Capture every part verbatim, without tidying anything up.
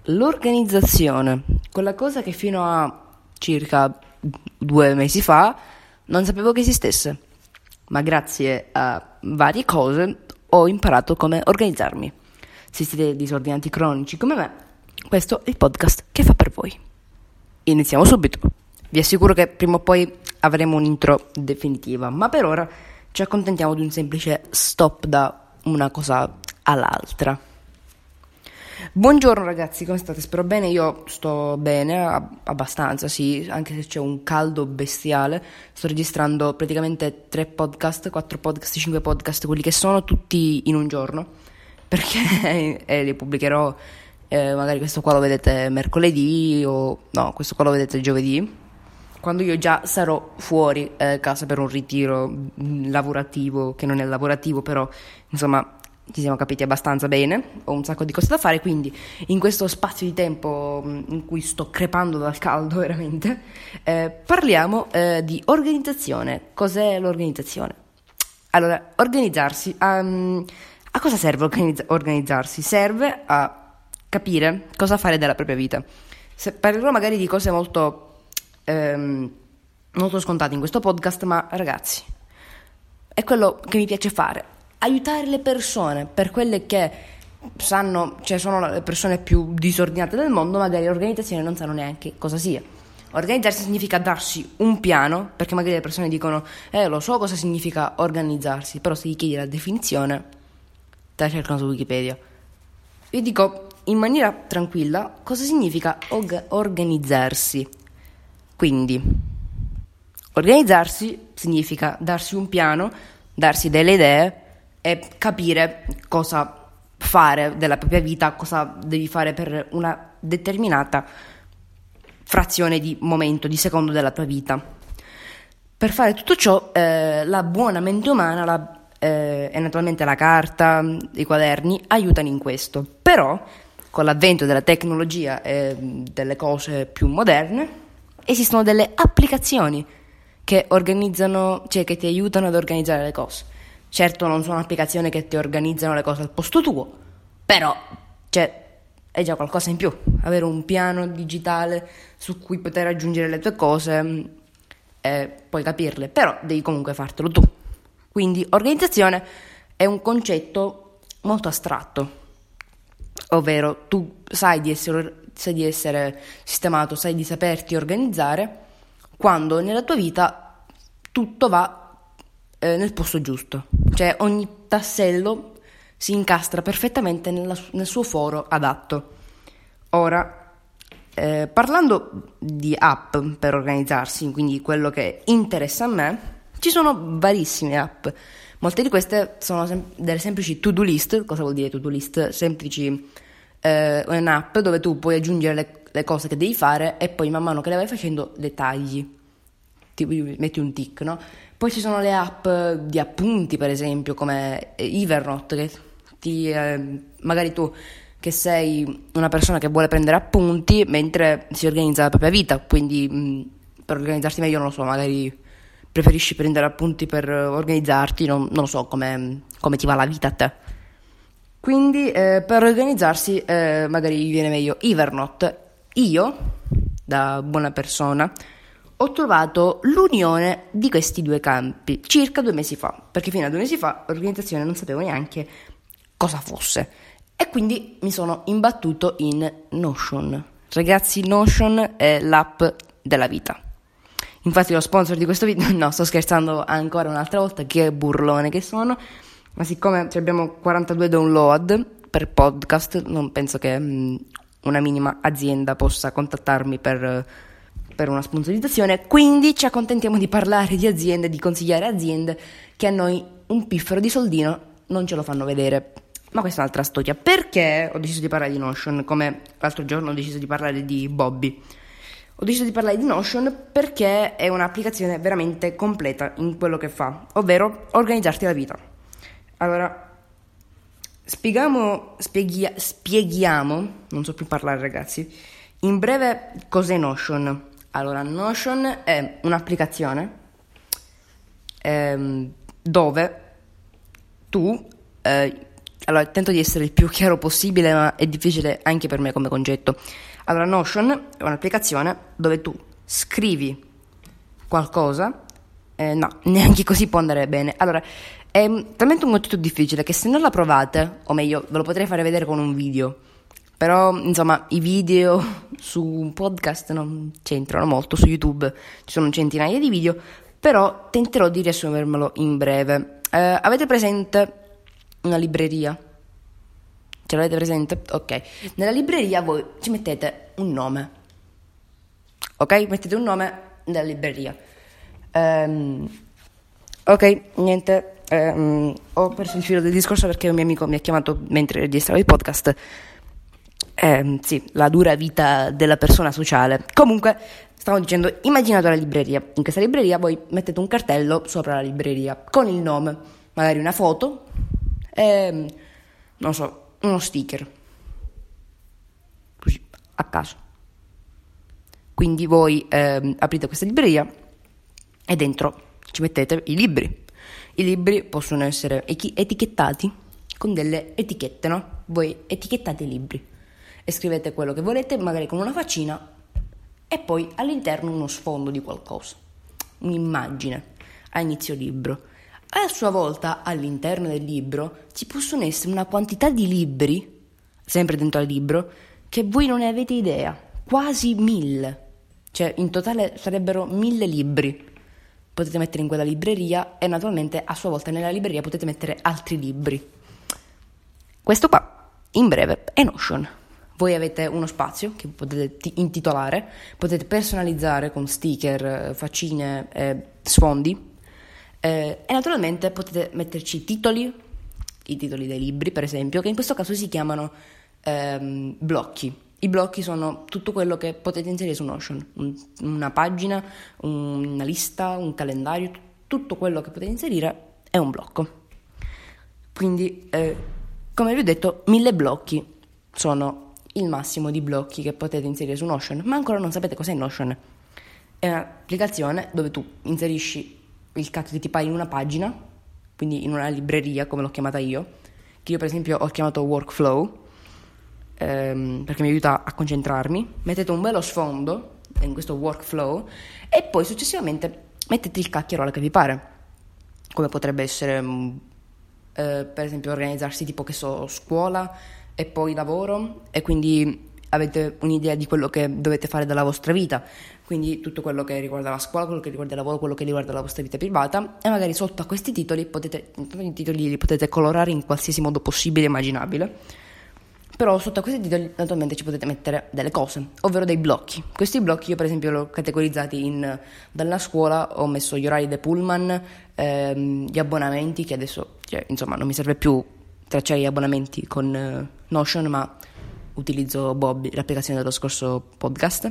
L'organizzazione, quella cosa che fino a circa due mesi fa non sapevo che esistesse, ma grazie a varie cose ho imparato come organizzarmi. Se siete disordinati cronici come me, questo è il podcast che fa per voi. Iniziamo subito. Vi assicuro che prima o poi avremo un'intro definitiva, ma per ora ci accontentiamo di un semplice stop da una cosa all'altra. Buongiorno ragazzi, come state? Spero bene, io sto bene, abbastanza sì, anche se c'è un caldo bestiale. Sto registrando praticamente tre podcast, quattro podcast, cinque podcast, quelli che sono tutti in un giorno, perché eh, li pubblicherò, eh, magari questo qua lo vedete mercoledì o no, questo qua lo vedete giovedì, quando io già sarò fuori eh, casa per un ritiro mh, lavorativo, che non è lavorativo, però insomma ci siamo capiti abbastanza bene, ho un sacco di cose da fare, quindi in questo spazio di tempo in cui sto crepando dal caldo veramente, eh, parliamo eh, di organizzazione. Cos'è l'organizzazione? Allora, organizzarsi, um, a cosa serve organizz- organizzarsi? Serve a capire cosa fare della propria vita. Se parlerò magari di cose molto, ehm, molto scontate in questo podcast, ma ragazzi, è quello che mi piace fare. Aiutare le persone, per quelle che sanno, cioè sono le persone più disordinate del mondo, magari l'organizzazione non sanno neanche cosa sia. Organizzarsi significa darsi un piano, perché magari le persone dicono eh lo so cosa significa organizzarsi, però se gli chiedi la definizione te la cercano su Wikipedia. Io dico in maniera tranquilla cosa significa og- organizzarsi. Quindi organizzarsi significa darsi un piano, darsi delle idee e capire cosa fare della propria vita, cosa devi fare per una determinata frazione di momento, di secondo della tua vita. Per fare tutto ciò, eh, la buona mente umana la, eh, e naturalmente la carta, i quaderni aiutano in questo. Però, con l'avvento della tecnologia e delle cose più moderne, esistono delle applicazioni che organizzano, cioè che ti aiutano ad organizzare le cose. Certo non sono applicazioni che ti organizzano le cose al posto tuo, però cioè, è già qualcosa in più. Avere un piano digitale su cui poter raggiungere le tue cose e poi capirle, però devi comunque fartelo tu. Quindi organizzazione è un concetto molto astratto, ovvero tu sai di essere, sai di essere sistemato, sai di saperti organizzare quando nella tua vita tutto va nel posto giusto, cioè ogni tassello si incastra perfettamente nella, nel suo foro adatto. Ora, eh, parlando di app per organizzarsi, quindi quello che interessa a me, ci sono varissime app. Molte di queste sono sem- delle semplici to-do list. Cosa vuol dire to-do list? Semplici, eh, un'app dove tu puoi aggiungere le, le cose che devi fare e poi man mano che le vai facendo le tagli, ti metti un tick, no? Poi ci sono le app di appunti, per esempio, come Evernote, che ti, eh, magari tu che sei una persona che vuole prendere appunti mentre si organizza la propria vita, quindi mh, per organizzarti meglio, non lo so, magari preferisci prendere appunti per organizzarti, non, non lo so come, come ti va la vita a te. Quindi eh, per organizzarsi eh, magari viene meglio Evernote. Io, da buona persona, ho trovato l'unione di questi due campi circa due mesi fa, perché fino a due mesi fa l'organizzazione non sapevo neanche cosa fosse e quindi mi sono imbattuto in Notion. Ragazzi, Notion è l'app della vita. Infatti lo sponsor di questo video, no, sto scherzando ancora un'altra volta, che burlone che sono, ma siccome abbiamo quarantadue download per podcast, non penso che mh, una minima azienda possa contattarmi per per una sponsorizzazione, quindi ci accontentiamo di parlare di aziende, di consigliare aziende che a noi un piffero di soldino non ce lo fanno vedere. Ma questa è un'altra storia. Perché ho deciso di parlare di Notion? Come l'altro giorno ho deciso di parlare di Bobby. Ho deciso di parlare di Notion perché è un'applicazione veramente completa in quello che fa, ovvero organizzarti la vita. Allora, spieghiamo, spieghi, spieghiamo, non so più parlare ragazzi, in breve cos'è Notion. Allora, Notion è un'applicazione ehm, dove tu eh, allora tento di essere il più chiaro possibile, ma è difficile anche per me come concetto. Allora, Notion è un'applicazione dove tu scrivi qualcosa, eh, no, neanche così può andare bene. Allora, è talmente un concetto difficile che se non la provate, o meglio, ve lo potrei fare vedere con un video, però insomma i video su un podcast non c'entrano molto, su YouTube ci sono centinaia di video, però tenterò di riassumermelo in breve. Eh, avete presente una libreria? Ce l'avete presente? Ok. Nella libreria voi ci mettete un nome. Ok? Mettete un nome nella libreria. Um, ok, niente. Um, ho perso il filo del discorso perché un mio amico mi ha chiamato mentre registravo il podcast. Um, sì, la dura vita della persona sociale. Comunque, stavo dicendo, immaginate la libreria. In questa libreria voi mettete un cartello sopra la libreria con il nome, magari una foto e, non so, uno sticker, così, a caso. Quindi voi eh, aprite questa libreria e dentro ci mettete i libri. I libri possono essere etichettati con delle etichette, no? Voi etichettate i libri e scrivete quello che volete, magari con una faccina, e poi all'interno uno sfondo di qualcosa, un'immagine a inizio libro. A sua volta, all'interno del libro ci possono essere una quantità di libri, sempre dentro al libro, che voi non ne avete idea, quasi mille. Cioè, in totale sarebbero mille libri. Potete mettere in quella libreria e naturalmente a sua volta nella libreria potete mettere altri libri. Questo qua, in breve, è Notion. Voi avete uno spazio che potete intitolare, potete personalizzare con sticker, faccine, eh, sfondi. Eh, e naturalmente potete metterci titoli, i titoli dei libri per esempio, che in questo caso si chiamano ehm, blocchi. I blocchi sono tutto quello che potete inserire su Notion, un, una pagina, un, una lista, un calendario, t- tutto quello che potete inserire è un blocco. Quindi, eh, come vi ho detto, mille blocchi sono il massimo di blocchi che potete inserire su Notion, ma ancora non sapete cos'è Notion. È un'applicazione dove tu inserisci il cacchio che ti pare in una pagina, quindi in una libreria come l'ho chiamata io, che io per esempio ho chiamato workflow, ehm, perché mi aiuta a concentrarmi. Mettete un bello sfondo in questo workflow e poi successivamente mettete il cacchierola che vi pare, come potrebbe essere eh, per esempio organizzarsi tipo che so scuola e poi lavoro, e quindi avete un'idea di quello che dovete fare della vostra vita, quindi tutto quello che riguarda la scuola, quello che riguarda il lavoro, quello che riguarda la vostra vita privata, e magari sotto a questi titoli potete, i titoli li potete colorare in qualsiasi modo possibile e immaginabile, però sotto a questi titoli naturalmente ci potete mettere delle cose, ovvero dei blocchi. Questi blocchi io per esempio li ho categorizzati in, dalla scuola ho messo gli orari dei pullman, ehm, gli abbonamenti, che adesso cioè, insomma non mi serve più tracciare gli abbonamenti con eh, Notion, ma utilizzo Bobby, l'applicazione dello scorso podcast,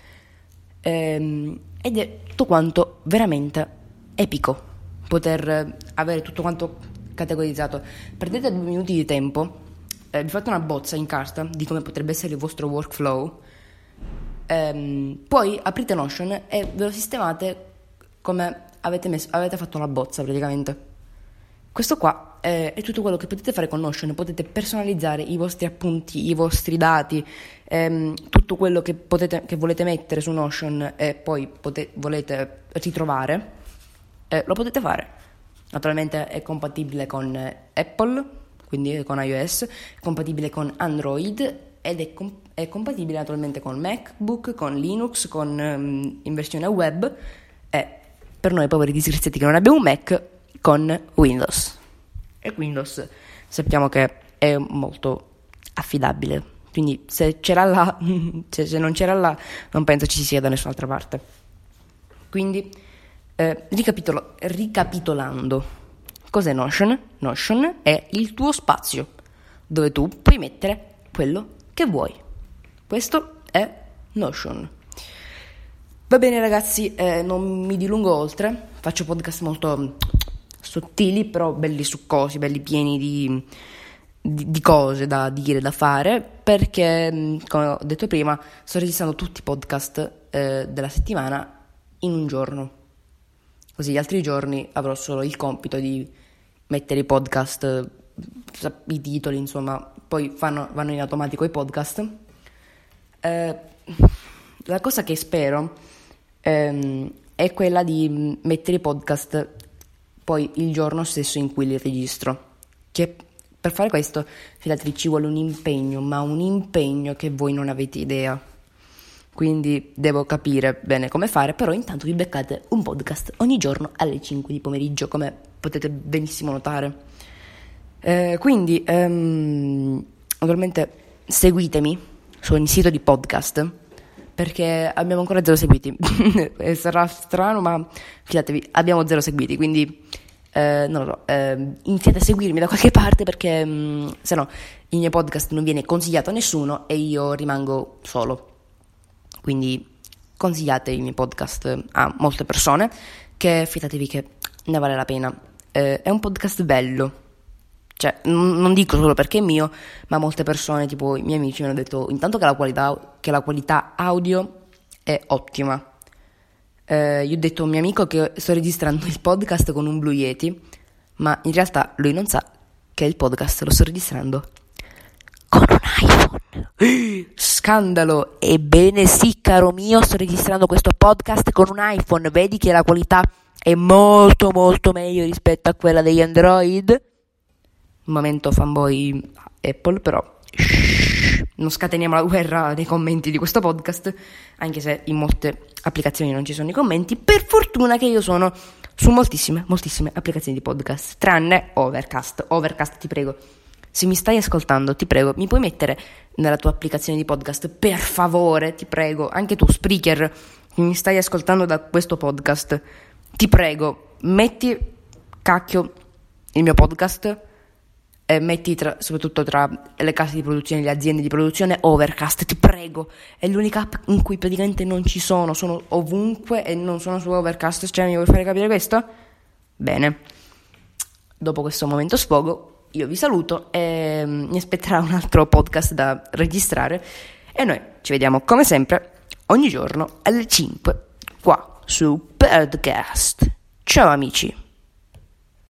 ehm, ed è tutto quanto veramente epico poter avere tutto quanto categorizzato. Perdete due minuti di tempo, eh, vi fate una bozza in carta di come potrebbe essere il vostro workflow, ehm, poi aprite Notion e ve lo sistemate come avete, messo, avete fatto la bozza praticamente. Questo qua eh, è tutto quello che potete fare con Notion. Potete personalizzare i vostri appunti, i vostri dati, ehm, tutto quello che, potete, che volete mettere su Notion e poi pote- volete ritrovare, eh, lo potete fare. Naturalmente è compatibile con Apple, quindi con iOS, è compatibile con Android ed è, com- è compatibile naturalmente con MacBook, con Linux, con um, in versione web, e per noi poveri disgraziati che non abbiamo un Mac, con Windows. E Windows sappiamo che è molto affidabile, quindi se c'era là, cioè se non c'era là, non penso ci sia da nessun'altra parte. Quindi eh, ricapitolo, ricapitolando, cos'è Notion? Notion è il tuo spazio dove tu puoi mettere quello che vuoi. Questo è Notion. Va bene ragazzi, eh, non mi dilungo oltre, faccio podcast molto sottili però belli succosi, belli pieni di, di, di cose da dire, da fare, perché come ho detto prima sto registrando tutti i podcast eh, della settimana in un giorno, così gli altri giorni avrò solo il compito di mettere i podcast i titoli, insomma, poi fanno, vanno in automatico i podcast. Eh, la cosa che spero ehm, è quella di mettere i podcast poi il giorno stesso in cui li registro, che per fare questo, fidatevi, ci vuole un impegno, ma un impegno che voi non avete idea. Quindi devo capire bene come fare, però intanto vi beccate un podcast ogni giorno alle cinque di pomeriggio, come potete benissimo notare. Eh, quindi, ehm, naturalmente, seguitemi su ogni sito di podcast, perché abbiamo ancora zero seguiti. Sarà strano, ma fidatevi, abbiamo zero seguiti, quindi eh, non lo so, eh, iniziate a seguirmi da qualche parte, perché mh, se no il mio podcast non viene consigliato a nessuno e io rimango solo. Quindi consigliate il mio podcast a molte persone, che fidatevi che ne vale la pena. Eh, è un podcast bello, cioè n- non dico solo perché è mio, ma molte persone, tipo i miei amici, mi hanno detto intanto che la qualità, che la qualità audio è ottima. Eh, io ho detto a un mio amico che sto registrando il podcast con un Blue Yeti, ma in realtà lui non sa che il podcast lo sto registrando con un iPhone. Scandalo! Ebbene sì, caro mio, sto registrando questo podcast con un iPhone. Vedi che la qualità è molto molto meglio rispetto a quella degli Android. Momento fanboy Apple, però shh, non scateniamo la guerra nei commenti di questo podcast, anche se in molte applicazioni non ci sono i commenti. Per fortuna che io sono su moltissime, moltissime applicazioni di podcast, tranne Overcast. Overcast, ti prego, se mi stai ascoltando, ti prego, mi puoi mettere nella tua applicazione di podcast, per favore, ti prego, anche tu, Spreaker, mi stai ascoltando da questo podcast, ti prego, metti, cacchio, il mio podcast, e metti tra, soprattutto tra le case di produzione, le aziende di produzione, Overcast, ti prego, è l'unica app in cui praticamente non ci sono, sono ovunque e non sono su Overcast, cioè mi vuoi fare capire questo? Bene, dopo questo momento sfogo, io vi saluto e mi aspetterà un altro podcast da registrare e noi ci vediamo come sempre ogni giorno alle cinque qua su Podcast. Ciao amici!